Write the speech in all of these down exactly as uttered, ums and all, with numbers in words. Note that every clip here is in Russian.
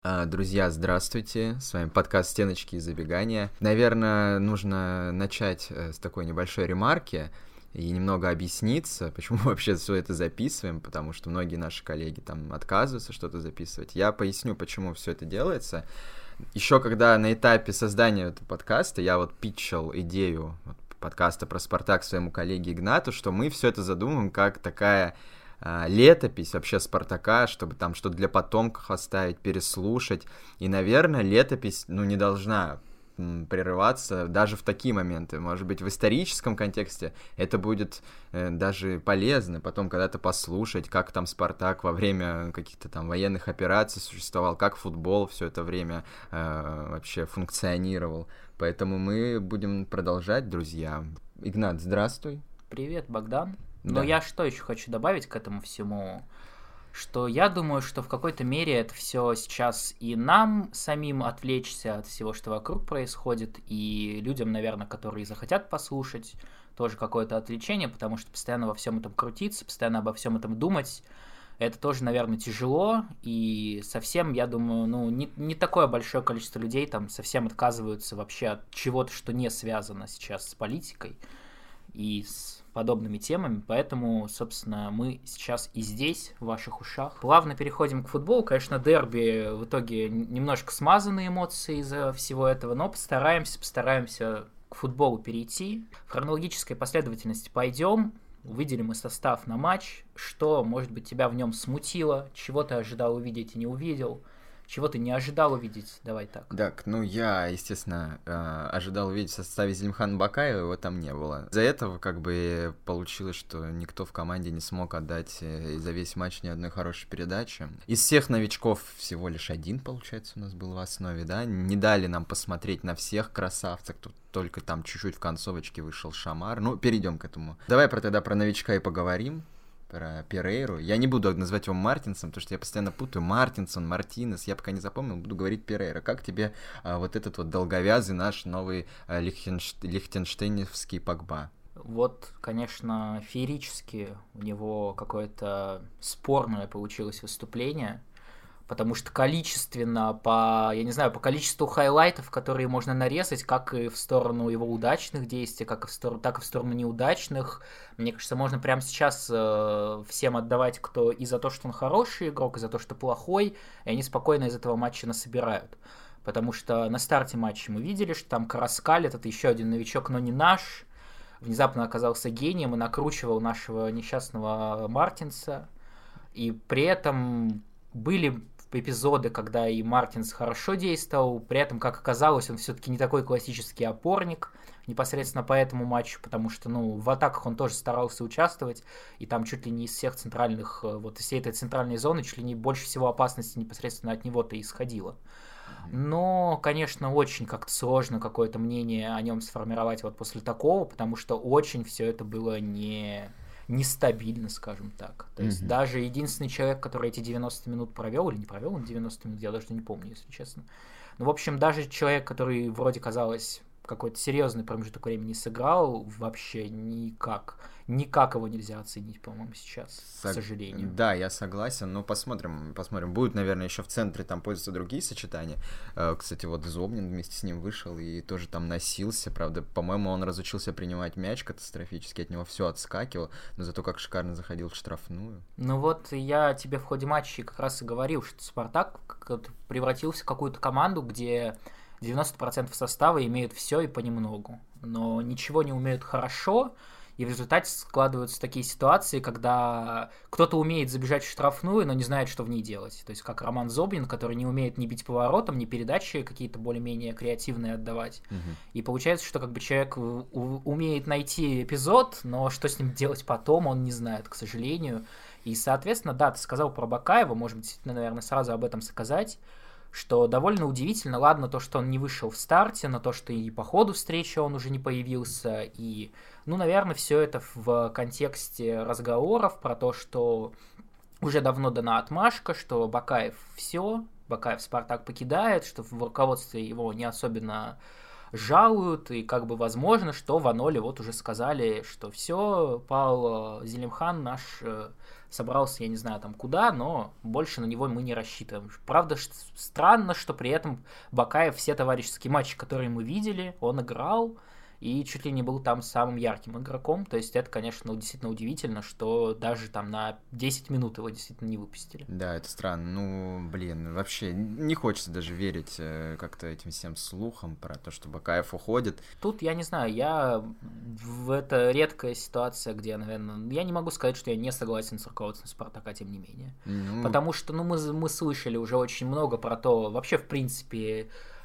А, Друзья, здравствуйте, с вами подкаст «Стеночки и забегания». Наверное, нужно начать э, с такой небольшой ремарки и немного объясниться, почему мы вообще все это записываем, потому что многие наши коллеги там отказываются что-то записывать. Я поясню, почему все это делается. Еще когда на этапе создания этого подкаста я вот питчил идею вот, подкаста про «Спартак» своему коллеге Игнату, что мы все это задумываем как такая летопись вообще Спартака, чтобы там что-то для потомков оставить, переслушать. И, наверное, летопись, ну, не должна м, прерываться даже в такие моменты. Может быть, в историческом контексте это будет э, даже полезно потом когда-то послушать, как там Спартак во время каких-то там военных операций существовал, как футбол все это время э, вообще функционировал. Поэтому мы будем продолжать, друзья. Игнат, здравствуй. Привет, Богдан. Но Да. я что еще хочу добавить к этому всему, что я думаю, что в какой-то мере это все сейчас и нам самим отвлечься от всего, что вокруг происходит, и людям, наверное, которые захотят послушать, тоже какое-то отвлечение, потому что постоянно во всем этом крутиться, постоянно обо всем этом думать, это тоже, наверное, тяжело, и совсем, я думаю, ну, не, не такое большое количество людей там совсем отказываются вообще от чего-то, что не связано сейчас с политикой и с подобными темами, поэтому, собственно, мы сейчас и здесь, в ваших ушах. Плавно переходим к футболу. Конечно, дерби в итоге немножко смазанные эмоции из-за всего этого, но постараемся, постараемся к футболу перейти. В хронологической последовательности пойдем, выделим мы состав на матч, что, может быть, тебя в нем смутило, чего ты ожидал увидеть и не увидел, чего ты не ожидал увидеть, давай так. Так, ну я, естественно, э, ожидал увидеть в составе Зелимхана Бакаева, его там не было. Из-за этого как бы получилось, что никто в команде не смог отдать э, за весь матч ни одной хорошей передачи. Из всех новичков всего лишь один, получается, у нас был в основе, да? Не дали нам посмотреть на всех красавцев, тут только там чуть-чуть в концовочке вышел Шамар. Ну, перейдем к этому. Давай про тогда про новичка и поговорим. Про Перейру. Я не буду называть его Мартинсом, потому что я постоянно путаю. Мартинсон, Мартинес. Я пока не запомнил, буду говорить Перейра. Как тебе а, вот этот вот долговязый наш новый а, лихтенш... лихтенштейневский Погба? Вот, конечно, феерически у него какое-то спорное получилось выступление, потому что количественно, по, я не знаю, по количеству хайлайтов, которые можно нарезать, как и в сторону его удачных действий, как и в сторону, так и в сторону неудачных, мне кажется, можно прямо сейчас э, всем отдавать, кто и за то, что он хороший игрок, и за то, что плохой, и они спокойно из этого матча насобирают. Потому что на старте матча мы видели, что там Караскаль, этот еще один новичок, но не наш, внезапно оказался гением и накручивал нашего несчастного Мартинса. И при этом были эпизоды, когда и Мартинс хорошо действовал, при этом, как оказалось, он все-таки не такой классический опорник непосредственно по этому матчу, потому что, ну, в атаках он тоже старался участвовать, и там чуть ли не из всех центральных, вот из всей этой центральной зоны, чуть ли не больше всего опасности непосредственно от него-то исходило. Но, конечно, очень как-то сложно какое-то мнение о нем сформировать вот после такого, потому что очень все это было не... нестабильно, скажем так. То есть mm-hmm. даже единственный человек, который эти девяносто минут провел, или не провел он девяносто минут, я даже не помню, если честно. Ну, в общем, даже человек, который вроде казалось какой-то серьезный промежуток времени сыграл, вообще никак. Никак его нельзя оценить, по-моему, сейчас, Сог... к сожалению. Да, я согласен, но посмотрим, посмотрим. Будут, наверное, еще в центре там пользоваться другие сочетания. Кстати, вот Зобнин вместе с ним вышел и тоже там носился. Правда, по-моему, он разучился принимать мяч катастрофически, от него все отскакивало, но зато как шикарно заходил в штрафную. Ну вот я тебе в ходе матча как раз и говорил, что Спартак превратился в какую-то команду, где девяносто процентов состава имеют все и понемногу, но ничего не умеют хорошо, и в результате складываются такие ситуации, когда кто-то умеет забежать в штрафную, но не знает, что в ней делать. То есть как Роман Зобнин, который не умеет ни бить поворотом, ни передачи какие-то более-менее креативные отдавать. Угу. И получается, что как бы человек умеет найти эпизод, но что с ним делать потом, он не знает, к сожалению. И, соответственно, да, ты сказал про Бакаева, может быть, действительно, наверное, сразу об этом сказать, что довольно удивительно, ладно, то, что он не вышел в старте, но то, что и по ходу встречи он уже не появился, и, ну, наверное, все это в контексте разговоров про то, что уже давно дана отмашка, что Бакаев все, Бакаев Спартак покидает, что в руководстве его не особенно жалуют, и как бы возможно, что в Аноле вот уже сказали, что все, Пауло Зелимхан наш собрался, я не знаю там куда, но больше на него мы не рассчитываем. Правда, странно, что при этом Бакаев все товарищеские матчи, которые мы видели, он играл, и чуть ли не был там самым ярким игроком. То есть это, конечно, действительно удивительно, что даже там на десять минут его действительно не выпустили. Да, это странно. Ну, блин, вообще не хочется даже верить как-то этим всем слухам про то, что Бакаев уходит. Тут, я не знаю, я... В это редкая ситуация, где, наверное... Я не могу сказать, что я не согласен с руководством Спартака, тем не менее. Ну... Потому что, ну, мы, мы слышали уже очень много про то... Вообще, в принципе...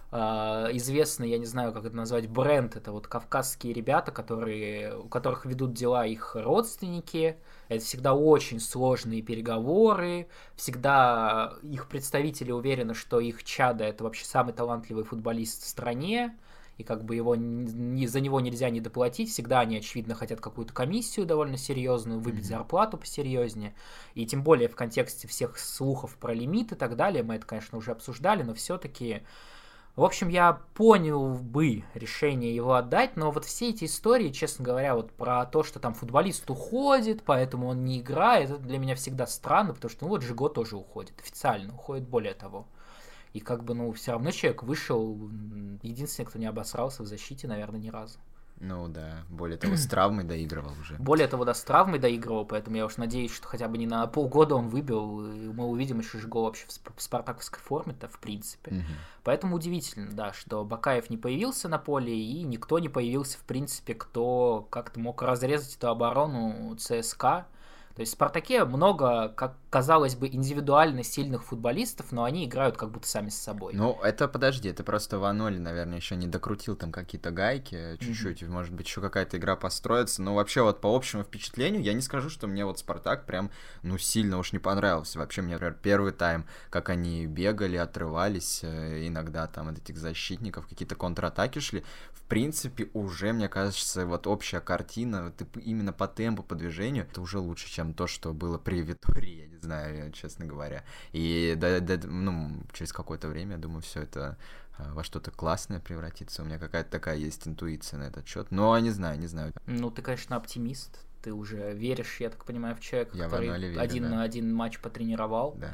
известный, я не знаю, как это назвать, бренд, это вот кавказские ребята, которые, у которых ведут дела их родственники, это всегда очень сложные переговоры, всегда их представители уверены, что их чадо это вообще самый талантливый футболист в стране, и как бы его не, за него нельзя не доплатить, всегда они, очевидно, хотят какую-то комиссию довольно серьезную, выбить mm-hmm. зарплату посерьезнее, и тем более в контексте всех слухов про лимит и так далее, мы это, конечно, уже обсуждали, но все-таки в общем, я понял бы решение его отдать, но вот все эти истории, честно говоря, вот про то, что там футболист уходит, поэтому он не играет, это для меня всегда странно, потому что, ну вот Жиго тоже уходит, официально уходит, более того. И как бы, ну, все равно человек вышел, единственный, кто не обосрался в защите, наверное, ни разу. Ну да, более того, с травмой доигрывал уже. Более того, да, с травмой доигрывал, поэтому я уж надеюсь, что хотя бы не на полгода он выбил, и мы увидим еще Жиго вообще в спартаковской форме-то, в принципе. Угу. Поэтому удивительно, да, что Бакаев не появился на поле, и никто не появился, в принципе, кто как-то мог разрезать эту оборону ЦСКА. То есть в «Спартаке» много, как казалось бы, индивидуально сильных футболистов, но они играют как будто сами с собой. Ну, это, подожди, это просто в Аноле, наверное, еще не докрутил там какие-то гайки, чуть-чуть, mm-hmm. может быть, еще какая-то игра построится, но вообще вот по общему впечатлению я не скажу, что мне вот «Спартак» прям, ну, сильно уж не понравился. Вообще мне, например, первый тайм, как они бегали, отрывались, иногда там от этих защитников, какие-то контратаки шли, в принципе, уже, мне кажется, вот общая картина, вот именно по темпу, по движению, это уже лучше, чем то, что было при Витории, я не знаю, честно говоря. И да, да, ну, через какое-то время, я думаю, все это во что-то классное превратится. У меня какая-то такая есть интуиция на этот счет. Но не знаю, не знаю. Ну, ты, конечно, оптимист. Ты уже веришь, я так понимаю, в человека, я который верю, один да. на один матч потренировал. Да.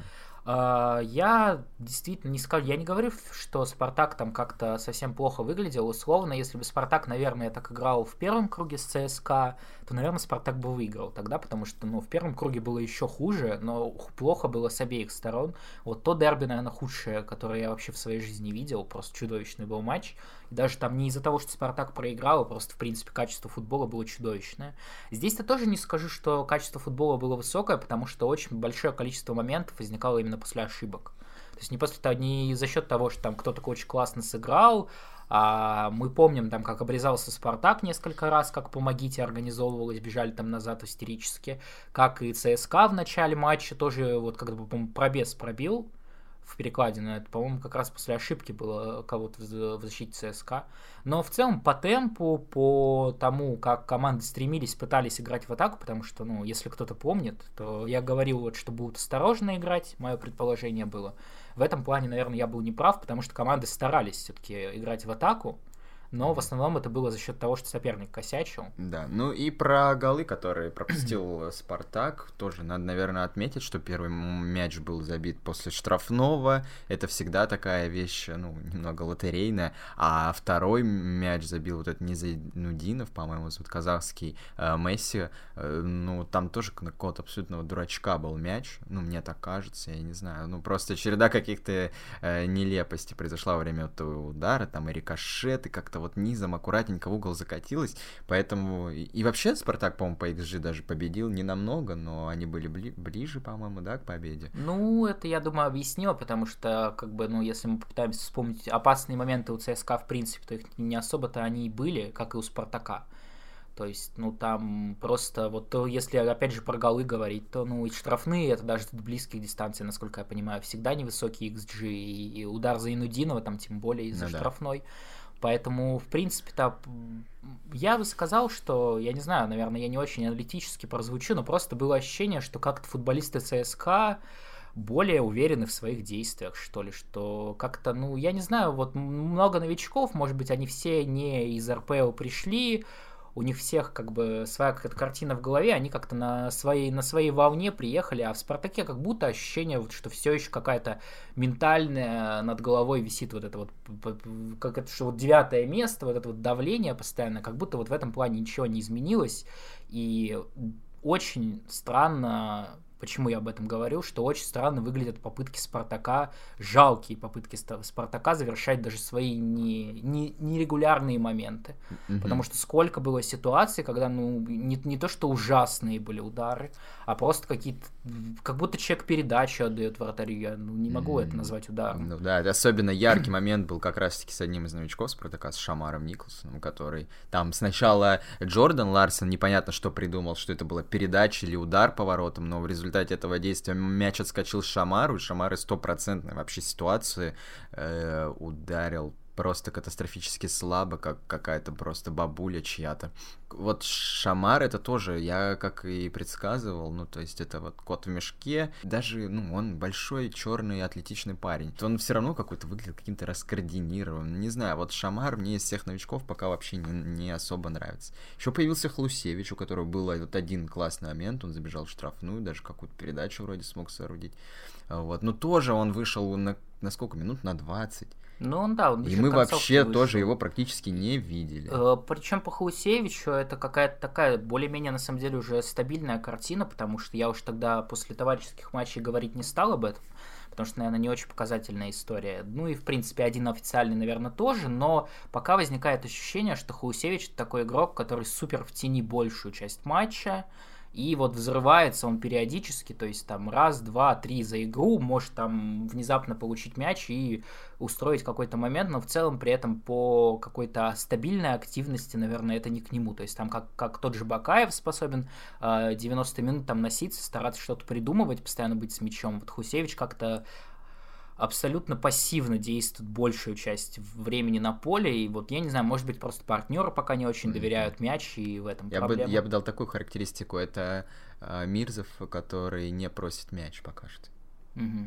Я действительно не скажу, я не говорю, что Спартак там как-то совсем плохо выглядел. Условно, если бы Спартак, наверное, так играл в первом круге с ЦСКА, то, наверное, Спартак бы выиграл тогда, потому что, ну, в первом круге было еще хуже, но плохо было с обеих сторон. Вот то дерби, наверное, худшее, которое я вообще в своей жизни видел, просто чудовищный был матч. И даже там не из-за того, что Спартак проиграл, а просто, в принципе, качество футбола было чудовищное. Здесь-то тоже не скажу, что качество футбола было высокое, потому что очень большое количество моментов возникало именно после ошибок. То есть не после того, не за счет того, что там кто-то очень классно сыграл, а мы помним, там, как обрезался Спартак несколько раз, как помогите организовывалось, бежали там назад истерически, как и ЦСКА в начале матча тоже, вот когда, по-моему, пробес пробил в перекладину, это, по-моему, как раз после ошибки было кого-то в защите ЦСКА. Но в целом по темпу, по тому, как команды стремились, пытались играть в атаку, потому что, ну, если кто-то помнит, то я говорил, вот, что будут осторожно играть, мое предположение было. В этом плане, наверное, я был неправ, потому что команды старались все-таки играть в атаку, но в основном это было за счет того, что соперник косячил. Да, ну и про голы, которые пропустил Спартак, тоже надо, наверное, отметить, что первый мяч был забит после штрафного, это всегда такая вещь, ну, немного лотерейная, а второй мяч забил вот этот Низамудинов, по-моему, вот казахский э, Месси, э, ну, там тоже какого-то абсолютного дурачка был мяч, ну, мне так кажется, я не знаю, ну, просто череда каких-то э, нелепостей произошла во время этого удара, там и рикошеты, как-то вот низом аккуратненько в угол закатилось, поэтому и, и вообще Спартак, по-моему, по икс джи даже победил не намного, но они были бли- ближе, по-моему, да, к победе. Ну, это, я думаю, объяснимо, потому что, как бы, ну, если мы попытаемся вспомнить опасные моменты у ЦСКА, в принципе, то их не особо-то они и были, как и у Спартака. То есть, ну, там просто, вот, то, если, опять же, про голы говорить, то, ну, и штрафные, это даже в близких дистанциях, насколько я понимаю, всегда невысокий икс джи, и, и удар за Инудинова, там, тем более из-за ну, штрафной. Да. Поэтому, в принципе-то, я бы сказал, что, я не знаю, наверное, я не очень аналитически прозвучу, но просто было ощущение, что как-то футболисты ЦСКА более уверены в своих действиях, что ли, что как-то, ну, я не знаю, вот много новичков, может быть, они все не из эр пэ эл пришли, у них всех как бы своя какая-то картина в голове, они как-то на своей, на своей волне приехали, а в «Спартаке» как будто ощущение, вот, что все еще какая-то ментальная над головой висит вот это вот, как это, что вот девятое место, вот это вот давление постоянно, как будто вот в этом плане ничего не изменилось, и очень странно. Почему я об этом говорю? Что очень странно выглядят попытки Спартака, жалкие попытки Спартака завершать даже свои не, не, нерегулярные моменты. Mm-hmm. Потому что сколько было ситуаций, когда ну не, не то что ужасные были удары, а просто какие-то, как будто человек передачу отдает вратарю. Я ну, не могу mm-hmm. это назвать ударом. Ну да, особенно яркий момент был как раз-таки с одним из новичков Спартака, с Шамаром Николсоном, который там сначала Джордан Ларсон непонятно что придумал, что это была передача или удар поворотом, но в результате этого действия мяч отскочил Шамару, и Шамар из стопроцентной вообще ситуации э, ударил просто катастрофически слабо, как какая-то просто бабуля чья-то. Вот Шамар это тоже, я как и предсказывал, ну, то есть это вот кот в мешке, даже, ну, он большой, черный, атлетичный парень. Он все равно какой-то выглядел каким-то раскоординированным. Не знаю, вот Шамар мне из всех новичков пока вообще не, не особо нравится. Еще появился Хлусевич, у которого был вот один классный момент, он забежал в штрафную, даже какую-то передачу вроде смог соорудить. Вот, но тоже он вышел на, на сколько минут? На двадцать. Ну, он, да, он и мы вообще вышел. Тоже его практически не видели. Э, причем по Хлусевичу это какая-то такая более-менее, на самом деле, уже стабильная картина, потому что я уж тогда после товарищеских матчей говорить не стал об этом, потому что, наверное, не очень показательная история. Ну и, в принципе, один официальный, наверное, тоже, но пока возникает ощущение, что Хлусевич такой игрок, который супер в тени большую часть матча, и вот взрывается он периодически, то есть там раз, два, три за игру, может там внезапно получить мяч и устроить какой-то момент, но в целом при этом по какой-то стабильной активности, наверное, это не к нему. То есть там как, как тот же Бакаев способен э, девяносто минут там носиться, стараться что-то придумывать, постоянно быть с мячом. Вот Хлусевич как-то абсолютно пассивно действует большую часть времени на поле, и вот, я не знаю, может быть, просто партнеры пока не очень доверяют мяч, и в этом я проблема. Бы, я бы дал такую характеристику, это э, Мирзов, который не просит мяч пока что. Угу.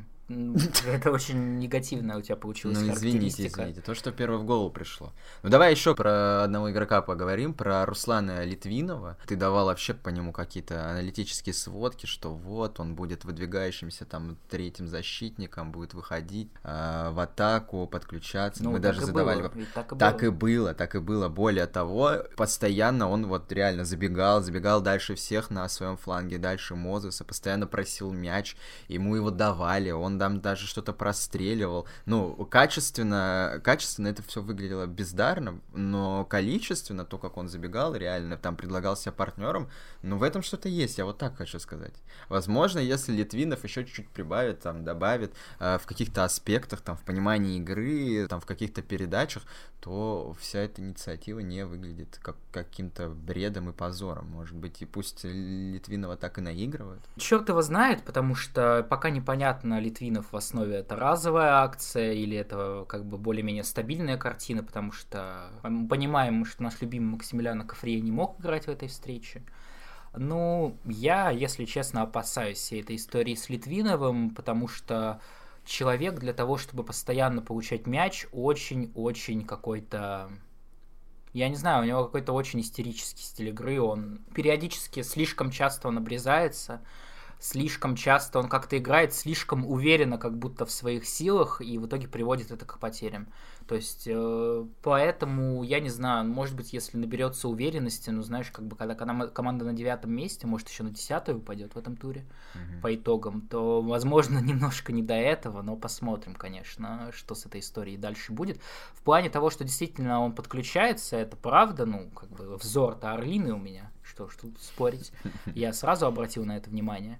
Это очень негативная у тебя получилась ну, характеристика. Ну, извините, извините, то, что первое в голову пришло. Ну, давай еще про одного игрока поговорим, про Руслана Литвинова. Ты давал вообще по нему какие-то аналитические сводки, что вот, он будет выдвигающимся там третьим защитником, будет выходить э, в атаку, подключаться. Ну, Мы даже задавали... Было. И так, и, так было. и было, так и было. Более того, постоянно он вот реально забегал, забегал дальше всех на своем фланге, дальше Мозеса, постоянно просил мяч, ему его давали, он там даже что-то простреливал. Ну, качественно, качественно это все выглядело бездарно, но количественно, то, как он забегал, реально там предлагал себя партнерам, ну, в этом что-то есть, я вот так хочу сказать. Возможно, если Литвинов еще чуть-чуть прибавит, там, добавит э, в каких-то аспектах, там, в понимании игры, там, в каких-то передачах, то вся эта инициатива не выглядит как каким-то бредом и позором. Может быть, и пусть Литвинова так и наигрывают. Черт его знает, потому что пока непонятно, Литвинов в основе это разовая акция или это как бы более-менее стабильная картина, потому что мы понимаем, что наш любимый Максимилиано Кафрия не мог играть в этой встрече. Ну, я, если честно, опасаюсь всей этой истории с Литвиновым, потому что человек для того, чтобы постоянно получать мяч, очень-очень какой-то... Я не знаю, у него какой-то очень истерический стиль игры, он периодически слишком часто он обрезается, слишком часто он как-то играет, слишком уверенно, как будто в своих силах, и в итоге приводит это к потерям. То есть, э, поэтому, я не знаю, может быть, если наберется уверенности, ну, знаешь, как бы, когда команда на девятом месте, может, еще на десятую упадет в этом туре mm-hmm. по итогам, то, возможно, немножко не до этого, но посмотрим, конечно, что с этой историей дальше будет. В плане того, что действительно он подключается, это правда, ну, как бы, взор-то орлиный у меня, что ж тут спорить, я сразу обратил на это внимание.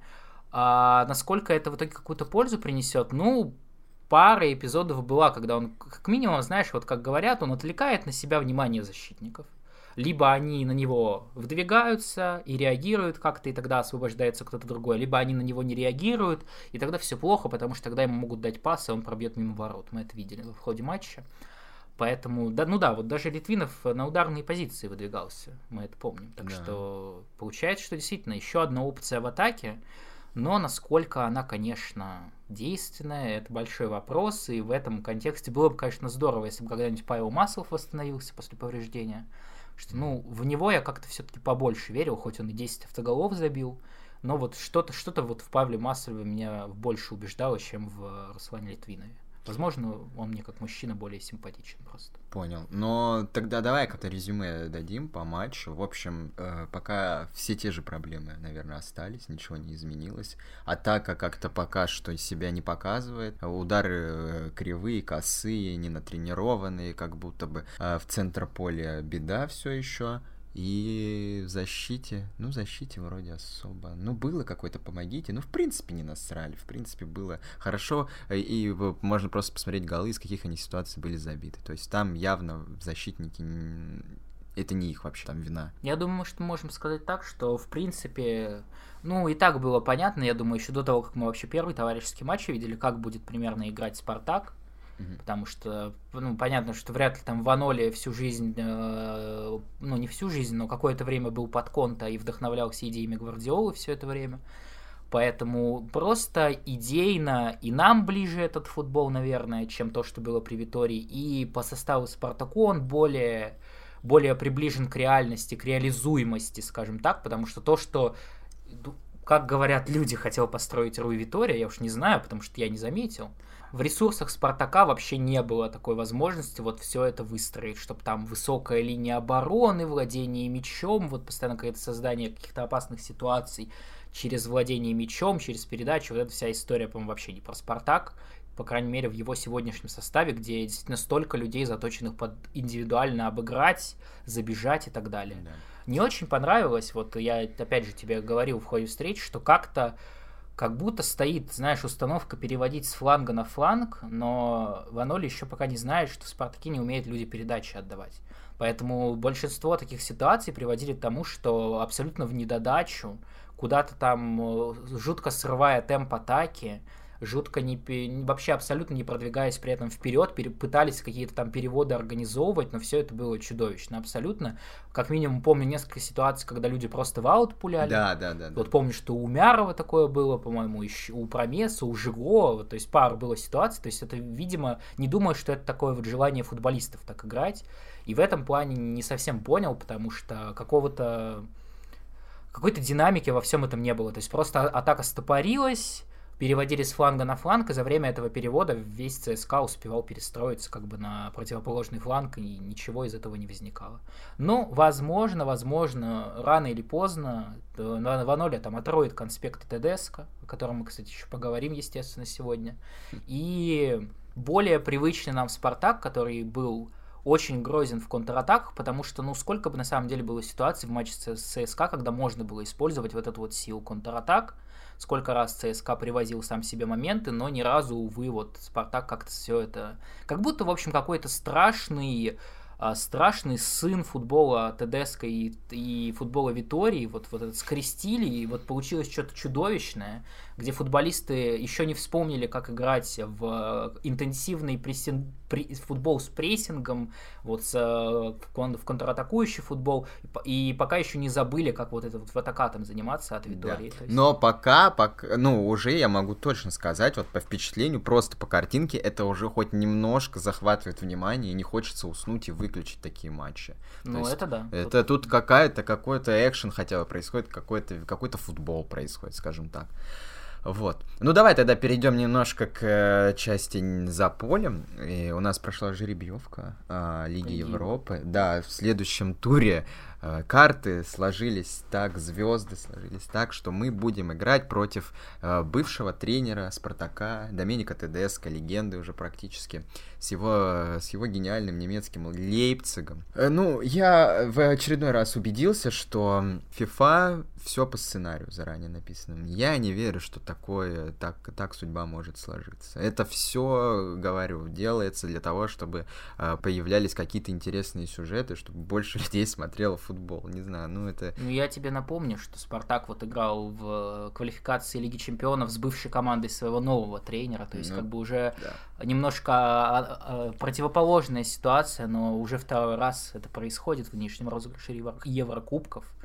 А насколько это в итоге какую-то пользу принесет, ну, пара эпизодов была, когда он, как минимум, знаешь, вот как говорят, он отвлекает на себя внимание защитников. Либо они на него вдвигаются и реагируют как-то, и тогда освобождается кто-то другой, либо они на него не реагируют, и тогда все плохо, потому что тогда ему могут дать пас, и он пробьет мимо ворот. Мы это видели в ходе матча. Поэтому, да, ну да, вот даже Литвинов на ударные позиции выдвигался, мы это помним. Так да. Что получается, что действительно еще одна опция в атаке. но насколько она, конечно, действенная, это большой вопрос, и в этом контексте было бы, конечно, здорово, если бы когда-нибудь Павел Маслов восстановился после повреждения, что, ну, в него я как-то все-таки побольше верил, хоть он и десять автоголов забил, но вот что-то, что-то вот в Павле Маслове меня больше убеждало, чем в Руслане Литвинове. Возможно, он мне как мужчина более симпатичен просто. Понял. Но тогда давай как-то резюме дадим по матчу. В общем, э, пока все те же проблемы, наверное, остались, ничего не изменилось. Атака как-то пока что себя не показывает. Удары э, кривые, косые, не натренированные, как будто бы э, в центр поля беда все еще. И в защите, ну, в защите вроде особо, ну, было какое-то «помогите», ну, в принципе, не насрали, в принципе, было хорошо, и можно просто посмотреть голы, из каких они ситуаций были забиты, то есть там явно защитники, это не их вообще там вина. Я думаю, что можем сказать так, что, в принципе, ну, и так было понятно, я думаю, еще до того, как мы вообще первый товарищеский матч видели, как будет примерно играть «Спартак», Uh-huh. Потому что, ну, понятно, что вряд ли там Ваноли всю жизнь, э, ну, не всю жизнь, но какое-то время был под Конте и вдохновлялся идеями Гвардиолы все это время. Поэтому просто идейно и нам ближе этот футбол, наверное, чем то, что было при Витории. И по составу Спартаку он более, более приближен к реальности, к реализуемости, скажем так, потому что то, что, как говорят люди, хотел построить Руй Витория, я уж не знаю, потому что я не заметил. В ресурсах Спартака вообще не было такой возможности вот все это выстроить, чтобы там высокая линия обороны, владение мячом, вот постоянно какое-то создание каких-то опасных ситуаций через владение мячом, через передачу. Вот эта вся история, по-моему, вообще не про Спартак, по крайней мере, в его сегодняшнем составе, где действительно столько людей, заточенных под индивидуально обыграть, забежать и так далее. Да. Не очень понравилось, вот я опять же тебе говорил в ходе встречи, что как-то как будто стоит, знаешь, установка переводить с фланга на фланг, но Ваноли еще пока не знает, что в «Спартаке» не умеют люди передачи отдавать. Поэтому большинство таких ситуаций приводили к тому, что абсолютно в недодачу, куда-то там жутко срывая темп атаки, жутко не, вообще абсолютно не продвигаясь при этом вперед, пере, пытались какие-то там переводы организовывать, но все это было чудовищно абсолютно. Как минимум помню несколько ситуаций, когда люди просто в аут пуляли. Да, да, да. Вот да. помню, что у Умярова такое было, по-моему, еще у Промеса, у Жиго, то есть пару было ситуаций, то есть это, видимо, не думаю, что это такое вот желание футболистов так играть. И в этом плане не совсем понял, потому что какого-то какой-то динамики во всем этом не было. То есть просто атака стопорилась, переводили с фланга на фланг, и за время этого перевода весь ЦСКА успевал перестроиться как бы на противоположный фланг, и ничего из этого не возникало. Но, возможно, возможно, рано или поздно Ваноли там отроет конспект Тедеско, о котором мы, кстати, еще поговорим, естественно, сегодня. И более привычный нам Спартак, который был очень грозен в контратаках, потому что, ну, сколько бы на самом деле было ситуаций в матче с ЦСКА, когда можно было использовать вот эту вот силу контратак, сколько раз ЦСКА привозил сам себе моменты, но ни разу, увы, вот Спартак как-то все это... Как будто, в общем, какой-то страшный, страшный сын футбола Тедеско и, и футбола Витории вот, вот это скрестили, и вот получилось что-то чудовищное, где футболисты еще не вспомнили, как играть в интенсивный прессинг, футбол с прессингом, вот с, в контратакующий футбол, и пока еще не забыли, как вот это вот в атакатом заниматься от Витории. Да. Но пока, пока, ну, уже я могу точно сказать, вот по впечатлению, просто по картинке, это уже хоть немножко захватывает внимание, и не хочется уснуть и выключить такие матчи. Ну, То это да. Это тут, тут какая-то, какой-то экшен хотя бы происходит, какой-то, какой-то футбол происходит, скажем так. Вот. Ну, давай тогда перейдем немножко к э, части за полем. И у нас прошла жеребьевка э, Лиги Лиги Европы. Да, в следующем туре э, карты сложились так, звезды сложились так, что мы будем играть против э, бывшего тренера Спартака Доменика Тедеско, легенды уже практически, с его, с его гениальным немецким Лейпцигом. Э, ну, я в очередной раз убедился, что FIFA все по сценарию заранее написано. Я не верю, что такое, так, так судьба может сложиться. Это все, говорю, делается для того, чтобы э, появлялись какие-то интересные сюжеты, чтобы больше людей смотрело футбол. Не знаю, ну это... Ну, я тебе напомню, что Спартак вот играл в квалификации Лиги Чемпионов с бывшей командой своего нового тренера, то есть ну, как бы уже да. немножко противоположная ситуация, но уже второй раз это происходит в нынешнем розыгрыше Еврокубков.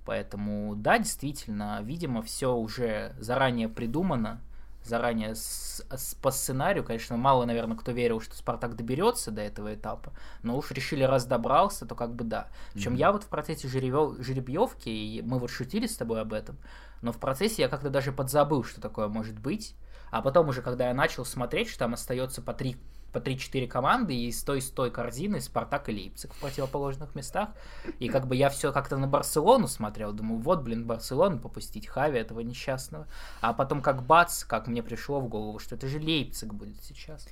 Поэтому, да, действительно, видимо, все уже заранее придумано, заранее с, с, по сценарию. Конечно, мало, наверное, кто верил, что Спартак доберется до этого этапа, но уж решили, раз добрался, то как бы да. Причем mm-hmm. я вот в процессе жеребьевки, и мы вот шутили с тобой об этом, но в процессе я как-то даже подзабыл, что такое может быть. А потом уже, когда я начал смотреть, что там остается по три по три-четыре команды, и из той, из той корзины Спартак и Лейпциг в противоположных местах. И как бы я все как-то на Барселону смотрел, думаю, вот, блин, Барселону попустить, Хави этого несчастного. А потом как бац, как мне пришло в голову, что это же Лейпциг будет сейчас.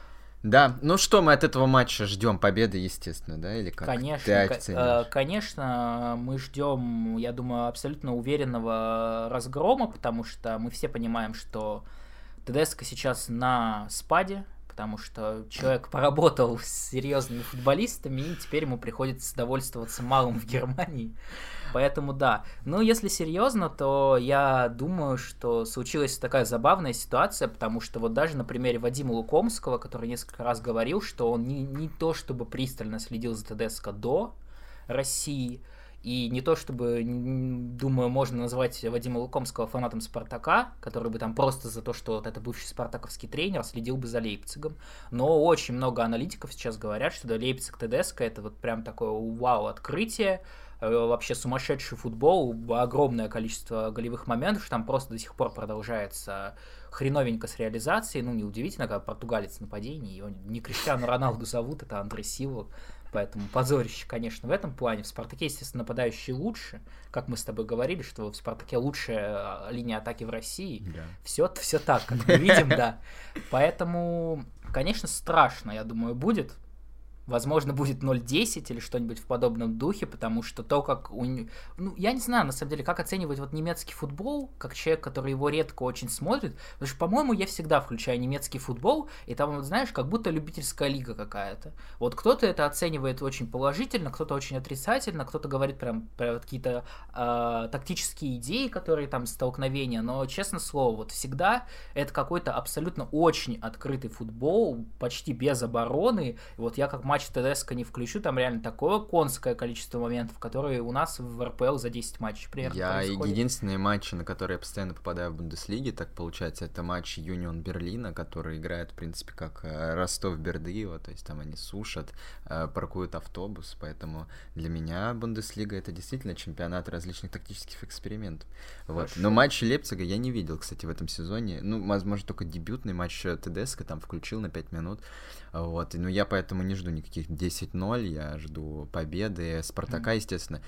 Да, ну что мы от этого матча ждем? Победы, естественно, да, или как? Конечно, к- конечно, мы ждем, я думаю, абсолютно уверенного разгрома, потому что мы все понимаем, что ТДСК сейчас на спаде, потому что человек поработал с серьезными футболистами, и теперь ему приходится довольствоваться малым в Германии. Поэтому да. Ну, если серьезно, то я думаю, что случилась такая забавная ситуация, потому что вот даже на примере Вадима Лукомского, который несколько раз говорил, что он не, не то чтобы пристально следил за ТДСК до России, и не то чтобы, думаю, можно назвать Вадима Лукомского фанатом Спартака, который бы там просто за то, что вот это бывший спартаковский тренер, следил бы за Лейпцигом. Но очень много аналитиков сейчас говорят, что да, Лейпциг ТДСК это вот прям такое вау-открытие, вообще сумасшедший футбол, огромное количество голевых моментов, там просто до сих пор продолжается хреновенько с реализацией. Ну, неудивительно, когда португалец в нападении, его не Криштиану Роналду зовут, это Андре Силва. Поэтому позорище, конечно, в этом плане. В «Спартаке», естественно, нападающие лучше. Как мы с тобой говорили, что в «Спартаке» лучшая линия атаки в России. Да. Все, все так, как мы видим, да. Поэтому, конечно, страшно, я думаю, будет. Возможно, будет ноль десять или что-нибудь в подобном духе, потому что то, как... У... Ну, я не знаю, на самом деле, как оценивать вот немецкий футбол, как человек, который его редко очень смотрит, потому что, по-моему, я всегда включаю немецкий футбол, и там, вот, знаешь, как будто любительская лига какая-то. Вот кто-то это оценивает очень положительно, кто-то очень отрицательно, кто-то говорит прям про вот какие-то э, тактические идеи, которые там столкновения, но, честно слово, вот всегда это какой-то абсолютно очень открытый футбол, почти без обороны. И вот я как матч ТДСК не включу, там реально такое конское количество моментов, которые у нас в РПЛ за десять матчей примерно я происходят. Единственные матчи, на которые я постоянно попадаю в Бундеслиге, так получается, это матч Юнион Берлина, который играет, в принципе, как Ростов-Бердыево, то есть там они сушат, паркуют автобус, поэтому для меня Бундеслига это действительно чемпионат различных тактических экспериментов. Вот. Но матчи Лейпцига я не видел, кстати, в этом сезоне. Ну, возможно, только дебютный матч ТДСК там включил на пять минут. Вот. Но я поэтому не жду никаких десять ноль, я жду победы Спартака, mm-hmm. естественно.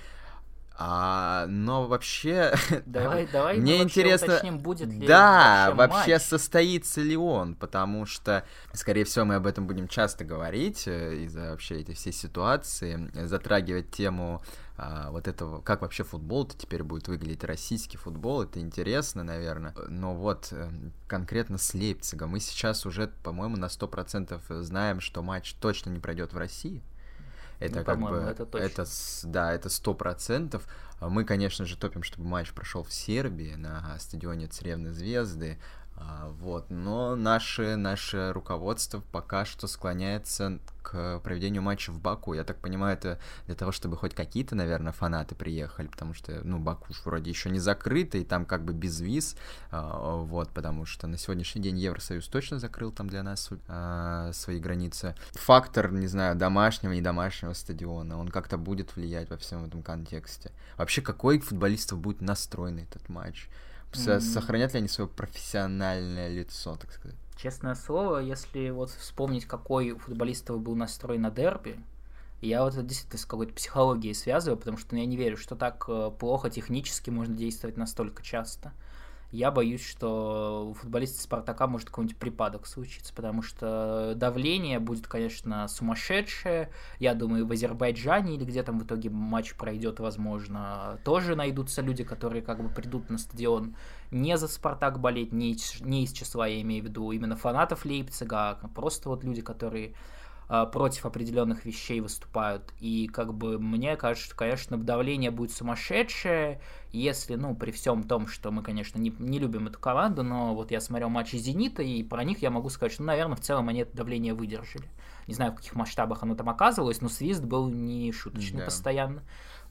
А, но вообще, давай, давай мне интересно, уточним, будет ли да, вообще, вообще матч. состоится ли он, потому что, скорее всего, мы об этом будем часто говорить из-за вообще этой всей ситуации, затрагивать тему а, вот этого, как вообще футбол-то теперь будет выглядеть, российский футбол, это интересно, наверное, но вот конкретно с Лейпцигом мы сейчас уже, по-моему, на сто процентов знаем, что матч точно не пройдет в России. Это ну, как бы, это, это, да, это сто процентов. Мы, конечно же, топим, чтобы матч прошел в Сербии на стадионе Цревны Звезды, вот, но наше, наше руководство пока что склоняется к проведению матча в Баку. Я так понимаю, это для того, чтобы хоть какие-то, наверное, фанаты приехали, потому что, ну, Баку вроде еще не закрыто, и там как бы без виз, вот, потому что на сегодняшний день Евросоюз точно закрыл там для нас свои границы. Фактор, не знаю, домашнего, не домашнего стадиона, он как-то будет влиять во всем этом контексте. Вообще, какой футболистов будет настроен на этот матч? Mm-hmm. Сохранят ли они свое профессиональное лицо, так сказать? Честное слово, если вот вспомнить, какой у футболистов был настрой на дерби, я вот это действительно с какой-то психологией связываю, потому что ну, я не верю, что так плохо технически можно действовать настолько часто. Я боюсь, что у футболиста Спартака может какой-нибудь припадок случиться, потому что давление будет, конечно, сумасшедшее. Я думаю, в Азербайджане или где там в итоге матч пройдет, возможно, тоже найдутся люди, которые как бы придут на стадион не за Спартак болеть, не из, не из числа, я имею в виду, именно фанатов Лейпцига, а просто вот люди, которые против определенных вещей выступают. И как бы мне кажется, что, конечно, давление будет сумасшедшее, если, ну, при всем том, что мы, конечно, не, не любим эту команду, но вот я смотрел матчи Зенита, и про них я могу сказать, что, ну, наверное, в целом они это давление выдержали. Не знаю, в каких масштабах оно там оказывалось, но свист был не шуточный да. постоянно.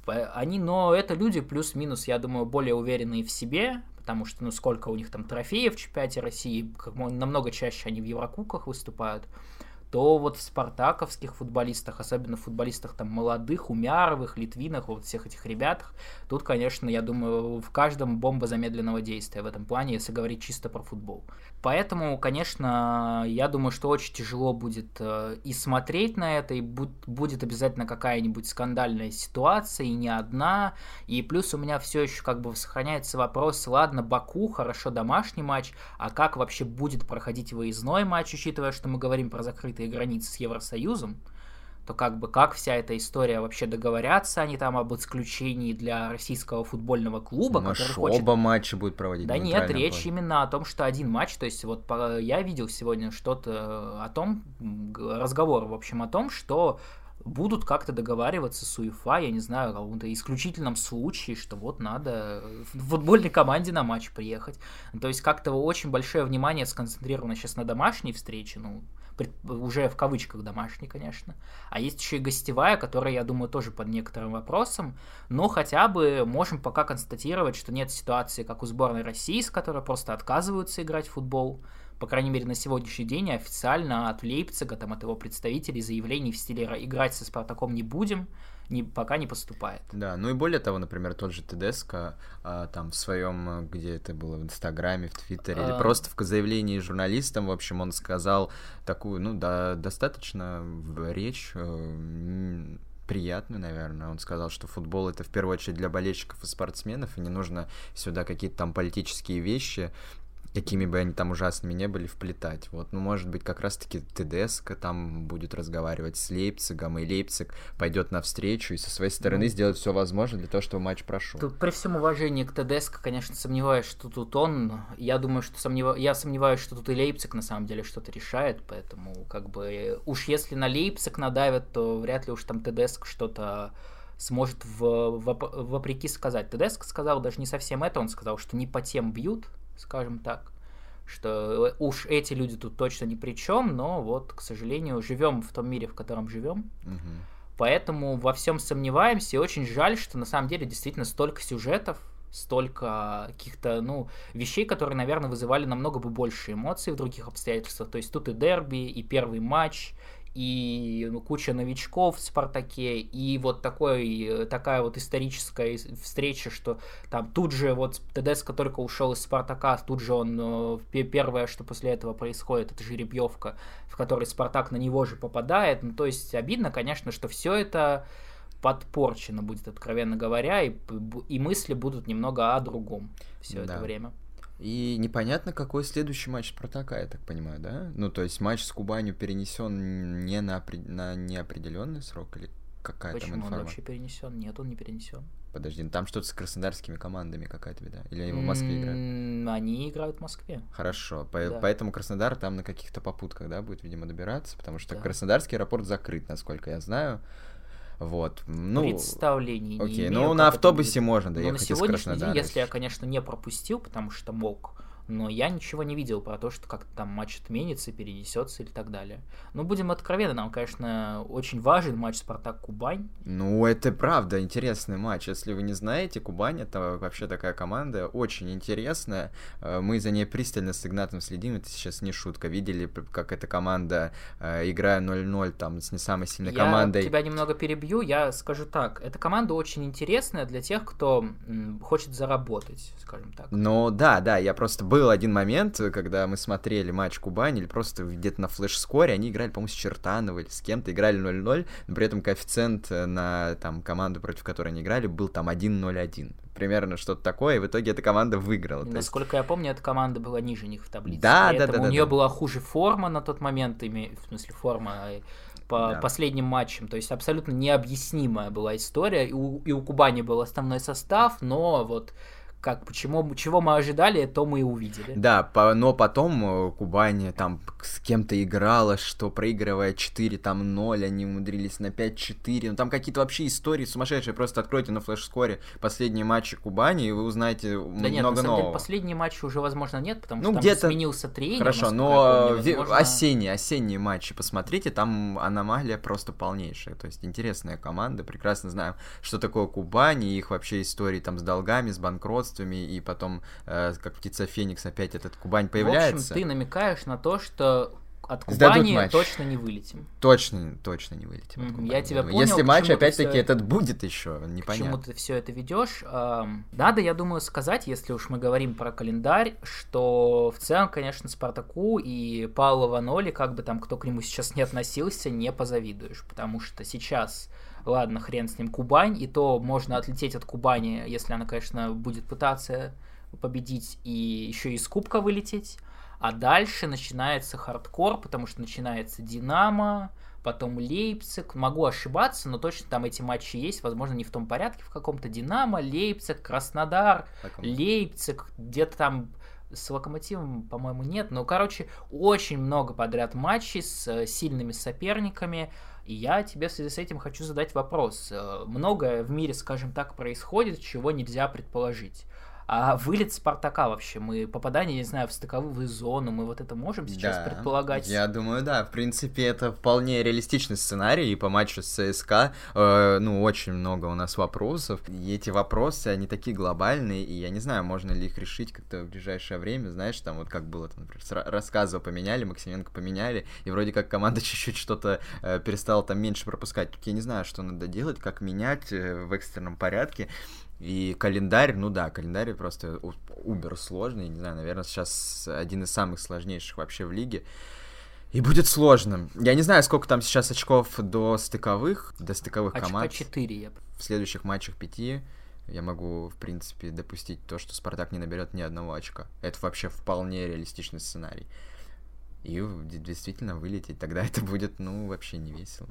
Они, но это люди плюс-минус, я думаю, более уверенные в себе, потому что, ну, сколько у них там трофеев в чемпионате России, как, намного чаще они в Еврокубках выступают, то вот в спартаковских футболистах, особенно в футболистах там молодых, Умяровых, Литвинах, вот всех этих ребятах, тут, конечно, я думаю, в каждом бомба замедленного действия в этом плане, если говорить чисто про футбол. Поэтому, конечно, я думаю, что очень тяжело будет э, и смотреть на это, и буд- будет обязательно какая-нибудь скандальная ситуация, и не одна. И плюс у меня все еще как бы сохраняется вопрос, ладно, Баку, хорошо, домашний матч, а как вообще будет проходить выездной матч, учитывая, что мы говорим про закрытые границы с Евросоюзом, то как бы как вся эта история вообще договорятся они там об исключении для российского футбольного клуба, Может, который хочет... оба матча будут проводить? Да нет, речь плане. Именно о том, что один матч, то есть вот по... я видел сегодня что-то о том, разговор, в общем, о том, что будут как-то договариваться с УЕФА, я не знаю, о каком-то исключительном случае, что вот надо в футбольной команде на матч приехать. То есть как-то очень большое внимание сконцентрировано сейчас на домашней встрече, ну, уже в кавычках домашний, конечно. А есть еще и гостевая, которая, я думаю, тоже под некоторым вопросом. Но хотя бы можем пока констатировать, что нет ситуации, как у сборной России, с которой просто отказываются играть в футбол. По крайней мере, на сегодняшний день официально от Лейпцига, там, от его представителей, заявлений в стиле «играть со Спартаком не будем», не, пока не поступает. Да, ну и более того, например, тот же Тедеско а, там в своем, где это было, в Инстаграме, в Твиттере, а... или просто в заявлении журналистам, в общем, он сказал такую, ну да, достаточно речь э, приятную, наверное. Он сказал, что футбол — это в первую очередь для болельщиков и спортсменов, и не нужно сюда какие-то там политические вещи, какими бы они там ужасными не были, вплетать. Вот, ну, может быть, как раз-таки Тедеско там будет разговаривать с Лейпцигом, и Лейпциг пойдет навстречу и со своей стороны ну, сделает все возможное для того, чтобы матч прошел. Тут при всем уважении к Тедеско, конечно, сомневаюсь, что тут он. Я думаю, что сомнев... я сомневаюсь, что тут и Лейпциг на самом деле что-то решает, поэтому как бы уж если на Лейпциг надавят, то вряд ли уж там Тедеско что-то сможет в... в... вопреки сказать. Тедеско сказал даже не совсем это, он сказал, что не по тем бьют, скажем так, что уж эти люди тут точно ни при чем, но вот, к сожалению, живем в том мире, в котором живем, угу. Поэтому во всем сомневаемся, и очень жаль, что на самом деле действительно столько сюжетов, столько каких-то, ну, вещей, которые, наверное, вызывали намного бы больше эмоций в других обстоятельствах, то есть тут и дерби, и первый матч, и ну, куча новичков в «Спартаке», и вот такой, такая вот историческая встреча, что там тут же вот Тедеско только ушел из «Спартака», тут же он, первое, что после этого происходит, это жеребьевка, в которой «Спартак» на него же попадает, ну то есть обидно, конечно, что все это подпорчено будет, откровенно говоря, и, и мысли будут немного о другом все да. это время. И непонятно, какой следующий матч Спартака, я так понимаю, да? Ну, то есть матч с Кубанью перенесен не на, на неопределенный срок или какая Почему там информация? Он вообще перенесен? Нет, он не перенесен. Подожди, ну там что-то с краснодарскими командами какая-то беда? Или они в Москве играют? Они играют в Москве. Хорошо, по- да. поэтому Краснодар там на каких-то попутках, да, будет, видимо, добираться, потому что да. Краснодарский аэропорт закрыт, насколько я знаю. Вот, ну... Представлений окей, не имею. Ну, на автобусе можно доехать из Краснодара. На сегодняшний день, если я, конечно, не пропустил, потому что мог, но я ничего не видел про то, что как-то там матч отменится, перенесется или так далее. Но будем откровенны, нам, конечно, очень важен матч Спартак-Кубань. Ну, это правда интересный матч. Если вы не знаете, Кубань — это вообще такая команда очень интересная. Мы за ней пристально с Игнатом следим, это сейчас не шутка. Видели, как эта команда, играя ноль-ноль там с не самой сильной я командой. Я тебя немного перебью, я скажу так. Эта команда очень интересная для тех, кто м, хочет заработать, скажем так. Ну, да, да, я просто был Был один момент, когда мы смотрели матч Кубани, или просто где-то на флеш-скоре, они играли, по-моему, с Чертаново или с кем-то, играли ноль-ноль, но при этом коэффициент на там, команду, против которой они играли, был там один ноль один. Примерно что-то такое, и в итоге эта команда выиграла. Насколько есть... я помню, эта команда была ниже них в таблице. Да, при да, этом да, у да, нее да. была хуже форма на тот момент, в смысле форма по да. последним матчам, то есть абсолютно необъяснимая была история, и у, и у Кубани был основной состав, но вот как, почему, чего мы ожидали, то мы и увидели. Да, по, но потом Кубань там с кем-то играла, что проигрывая четыре там ноль, они умудрились на пять четыре. Ну там какие-то вообще истории сумасшедшие. Просто откройте на флеш-скоре последние матчи Кубани, и вы узнаете да много нет, на самом нового. Деле, последние матчи уже, возможно, нет, потому ну, что где-то... там сменился тренер. Хорошо, но помню, возможно... осенние, осенние матчи посмотрите, там аномалия просто полнейшая. То есть интересная команда, прекрасно знаем, что такое Кубань, и их вообще истории там с долгами, с банкротствами, и потом, э, как птица Феникс, опять этот Кубань появляется. В общем, ты намекаешь на то, что от Кубани точно не вылетим. Точно, точно не вылетим. Mm-hmm. От Кубани, я тебя понял. Если матч, опять-таки, все... этот будет еще, непонятно. К чему ты все это ведешь? Надо, я думаю, сказать, если уж мы говорим про календарь, что в целом, конечно, Спартаку и Паоло Ваноли, как бы там кто к нему сейчас не относился, не позавидуешь, потому что сейчас... Ладно, хрен с ним, Кубань, и то можно отлететь от Кубани, если она, конечно, будет пытаться победить и еще из Кубка вылететь. А дальше начинается хардкор, потому что начинается Динамо, потом Лейпциг. Могу ошибаться, но точно там эти матчи есть, возможно, не в том порядке в каком-то. Динамо, Лейпциг, Краснодар, Лейпциг, где-то там... С Локомотивом, по-моему, нет. Но, короче, очень много подряд матчей с сильными соперниками. И я тебе в связи с этим хочу задать вопрос. Многое в мире, скажем так, происходит, чего нельзя предположить. А вылет Спартака вообще, мы попадание, не знаю, в стыковую зону, мы вот это можем сейчас да, предполагать? Я думаю, да. В принципе, это вполне реалистичный сценарий, и по матчу с ЦСКА, э, ну, очень много у нас вопросов, и эти вопросы, они такие глобальные, и я не знаю, можно ли их решить как-то в ближайшее время, знаешь, там вот как было, там, например, Рассказова поменяли, Максименко поменяли, и вроде как команда чуть-чуть что-то э, перестала там меньше пропускать. Я не знаю, что надо делать, как менять э, в экстренном порядке. И календарь, ну да, календарь просто убер сложный, не знаю, наверное, сейчас один из самых сложнейших вообще в лиге. И будет сложно. Я не знаю, сколько там сейчас очков до стыковых, до стыковых Очка команд. четыре. Я... В следующих матчах пяти я могу, в принципе, допустить то, что Спартак не наберет ни одного очка. Это вообще вполне реалистичный сценарий. И действительно вылететь, тогда это будет, ну, вообще не весело.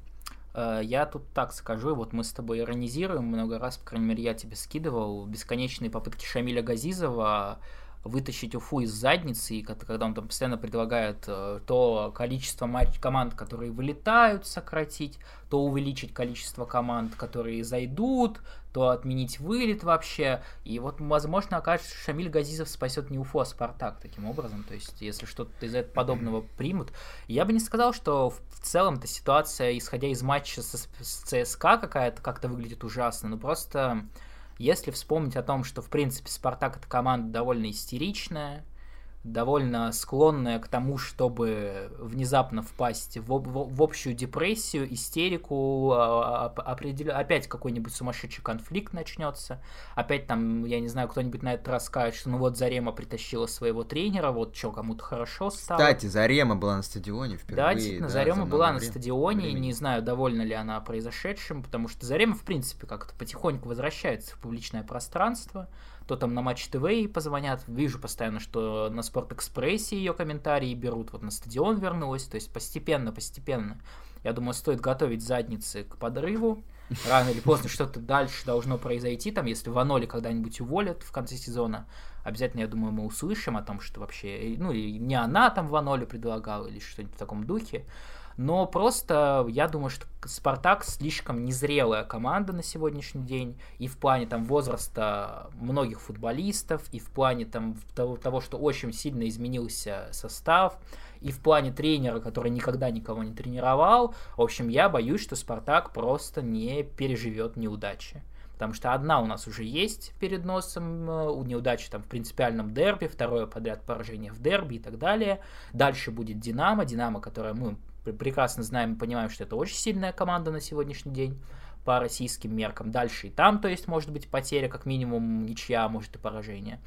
Я тут так скажу, вот мы с тобой иронизируем много раз, по крайней мере, я тебе скидывал бесконечные попытки Шамиля Газизова вытащить Уфу из задницы, и когда он там постоянно предлагает то количество матч команд, которые вылетают, сократить, то увеличить количество команд, которые зайдут, то отменить вылет вообще. И вот, возможно, окажется, что Шамиль Газизов спасет не Уфу, а Спартак таким образом. То есть, если что-то из этого подобного примут. Я бы не сказал, что в целом-то ситуация, исходя из матча с, с ЦСКА, какая-то как-то выглядит ужасно. Но просто... Если вспомнить о том, что, в принципе, Спартак — это команда довольно истеричная, довольно склонная к тому, чтобы внезапно впасть в, в, в общую депрессию, истерику, определ... опять какой-нибудь сумасшедший конфликт начнется, опять там, я не знаю, кто-нибудь на этот раз скажет, что ну вот Зарема притащила своего тренера, вот что, кому-то хорошо стало. Кстати, Зарема была на стадионе впервые. Да, действительно, да, Зарема была на время, стадионе, времени. Не знаю, довольна ли она произошедшим, потому что Зарема, в принципе, как-то потихоньку возвращается в публичное пространство. То там на Матч ТВ ей позвонят, вижу постоянно, что на Спортэкспрессе ее комментарии берут, вот на стадион вернулась, то есть постепенно-постепенно. Я думаю, стоит готовить задницы к подрыву, рано или поздно что-то дальше должно произойти, там, если Ваноли когда-нибудь уволят в конце сезона, обязательно, я думаю, мы услышим о том, что вообще, ну, и не она там Ваноли предлагала или что-нибудь в таком духе. Но просто я думаю, что Спартак слишком незрелая команда на сегодняшний день и в плане там возраста многих футболистов, и в плане там того, того, что очень сильно изменился состав, и в плане тренера, который никогда никого не тренировал. В общем, я боюсь, что Спартак просто не переживет неудачи. Потому что одна у нас уже есть перед носом, у неудачи там в принципиальном дерби, второе подряд поражение в дерби и так далее. Дальше будет Динамо, Динамо, которая мы прекрасно знаем и понимаем, что это очень сильная команда на сегодняшний день по российским меркам. Дальше и там, то есть, может быть потеря, как минимум ничья, может и поражение.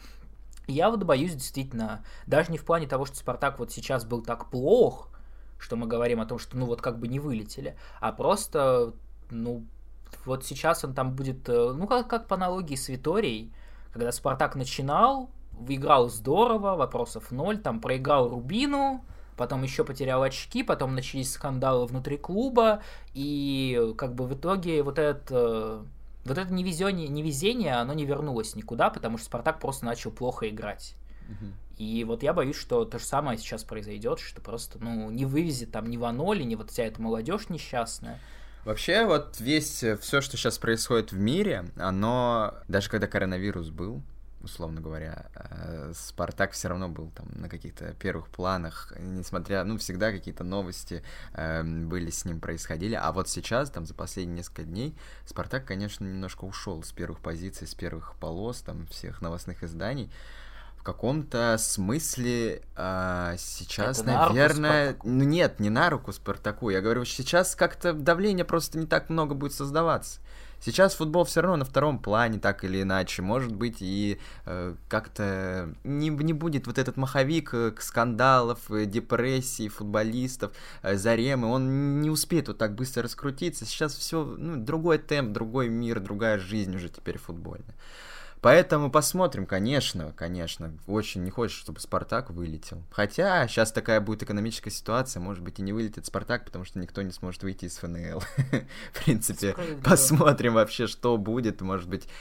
Я вот боюсь действительно, даже не в плане того, что Спартак вот сейчас был так плох, что мы говорим о том, что ну вот как бы не вылетели, а просто, ну, вот сейчас он там будет, ну как, как по аналогии с Виторией, когда Спартак начинал, выиграл здорово, вопросов ноль, там проиграл Рубину, потом еще потерял очки, потом начались скандалы внутри клуба, и как бы в итоге вот этот Вот это невезение, невезение, оно не вернулось никуда, потому что Спартак просто начал плохо играть. Мгм. И вот я боюсь, что то же самое сейчас произойдет, что просто, ну, не вывезет там ни Ваноли, ни вот вся эта молодежь несчастная. Вообще, вот весь, все, что сейчас происходит в мире, оно, даже когда коронавирус был, условно говоря, э, Спартак все равно был там на каких-то первых планах, несмотря, ну, всегда какие-то новости э, были с ним происходили, а вот сейчас, там, за последние несколько дней, Спартак, конечно, немножко ушел с первых позиций, с первых полос, там, всех новостных изданий. В каком-то смысле э, сейчас, Это на руку наверное... Спартаку? Ну нет, не на руку Спартаку. Я говорю, сейчас как-то давление просто не так много будет создаваться. Сейчас футбол все равно на втором плане, так или иначе. Может быть, и э, как-то не, не будет вот этот маховик э, скандалов, э, депрессий футболистов, э, Заремы. Он не успеет вот так быстро раскрутиться. Сейчас все, ну, другой темп, другой мир, другая жизнь уже теперь футбольная. Поэтому посмотрим, конечно, конечно. Очень не хочется, чтобы Спартак вылетел. Хотя сейчас такая будет экономическая ситуация, может быть, и не вылетит Спартак, потому что никто не сможет выйти из ФНЛ. В принципе, посмотрим вообще, что будет. Может быть,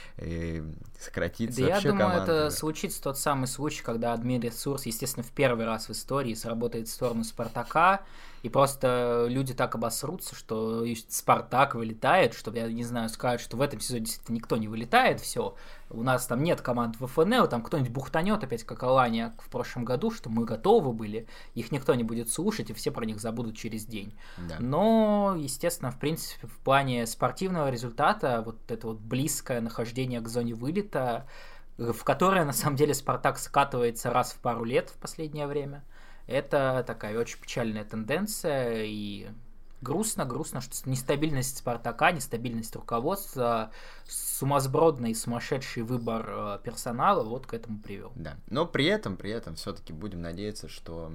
сократится вообще команда. Да я думаю, это случится тот самый случай, когда Админресурс, естественно, в первый раз в истории сработает в сторону Спартака, и просто люди так обосрутся, что Спартак вылетает, что, я не знаю, скажут, что в этом сезоне действительно никто не вылетает, все. У нас там нет команд в ФНЛ, там кто-нибудь бухтанет опять, как Алания в прошлом году, что мы готовы были, их никто не будет слушать, и все про них забудут через день. Да. Но, естественно, в принципе, в плане спортивного результата, вот это вот близкое нахождение к зоне вылета, в которое, на самом деле, Спартак скатывается раз в пару лет в последнее время, это такая очень печальная тенденция, и грустно, грустно, что нестабильность Спартака, нестабильность руководства, сумасбродный, сумасшедший выбор персонала вот к этому привел. Да, но при этом, при этом все-таки будем надеяться, что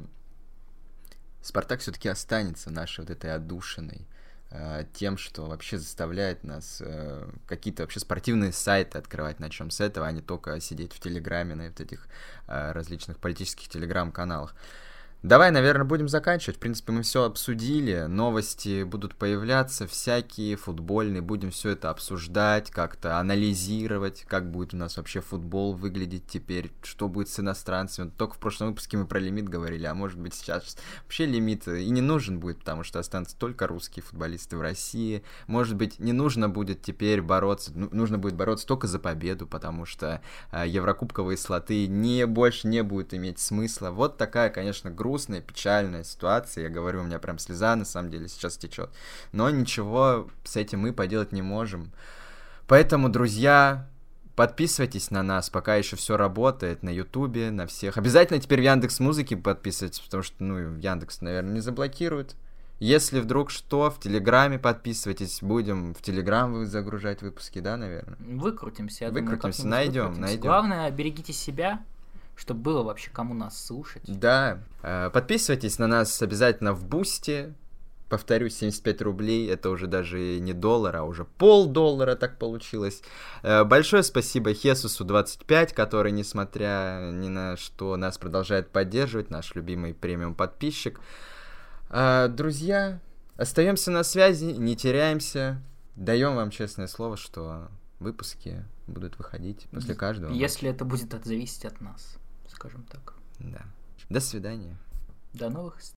Спартак все-таки останется нашей вот этой отдушиной, тем, что вообще заставляет нас э, какие-то вообще спортивные сайты открывать, начнем с этого, а не только сидеть в Телеграме, на вот этих э, различных политических Телеграм-каналах. Давай, наверное, будем заканчивать. В принципе, мы все обсудили, новости будут появляться всякие, футбольные, будем все это обсуждать, как-то анализировать, как будет у нас вообще футбол выглядеть теперь, что будет с иностранцами. Только в прошлом выпуске мы про лимит говорили, а может быть сейчас вообще лимит и не нужен будет, потому что останутся только русские футболисты в России. Может быть, не нужно будет теперь бороться, ну, нужно будет бороться только за победу, потому что э, еврокубковые слоты не, больше не будут иметь смысла. Вот такая, конечно, грустная, грустная, печальная ситуация. Я говорю, у меня прям слеза на самом деле сейчас течет. Но ничего с этим мы поделать не можем. Поэтому, друзья, подписывайтесь на нас, пока еще все работает на Ютубе, на всех. Обязательно теперь в Яндекс.Музыке подписывайтесь, потому что, ну, Яндекс, наверное, не заблокирует. Если вдруг что, в Телеграме подписывайтесь, будем в Телеграм загружать выпуски, да, наверное? Выкрутимся, я выкрутимся, думаю, найдем, выкрутимся. найдем. Главное, берегите себя, чтобы было вообще кому нас слушать. Да, подписывайтесь на нас обязательно в Бусти. Повторюсь, семьдесят пять рублей, это уже даже не доллар, а уже полдоллара так получилось. Большое спасибо Хесусу двадцать пять, который, несмотря ни на что, нас продолжает поддерживать, наш любимый премиум подписчик. Друзья, остаемся на связи, не теряемся. Даем вам честное слово, что выпуски будут выходить после каждого. Если матча. Это будет зависеть от нас, скажем так. Да. До свидания. До новых встреч.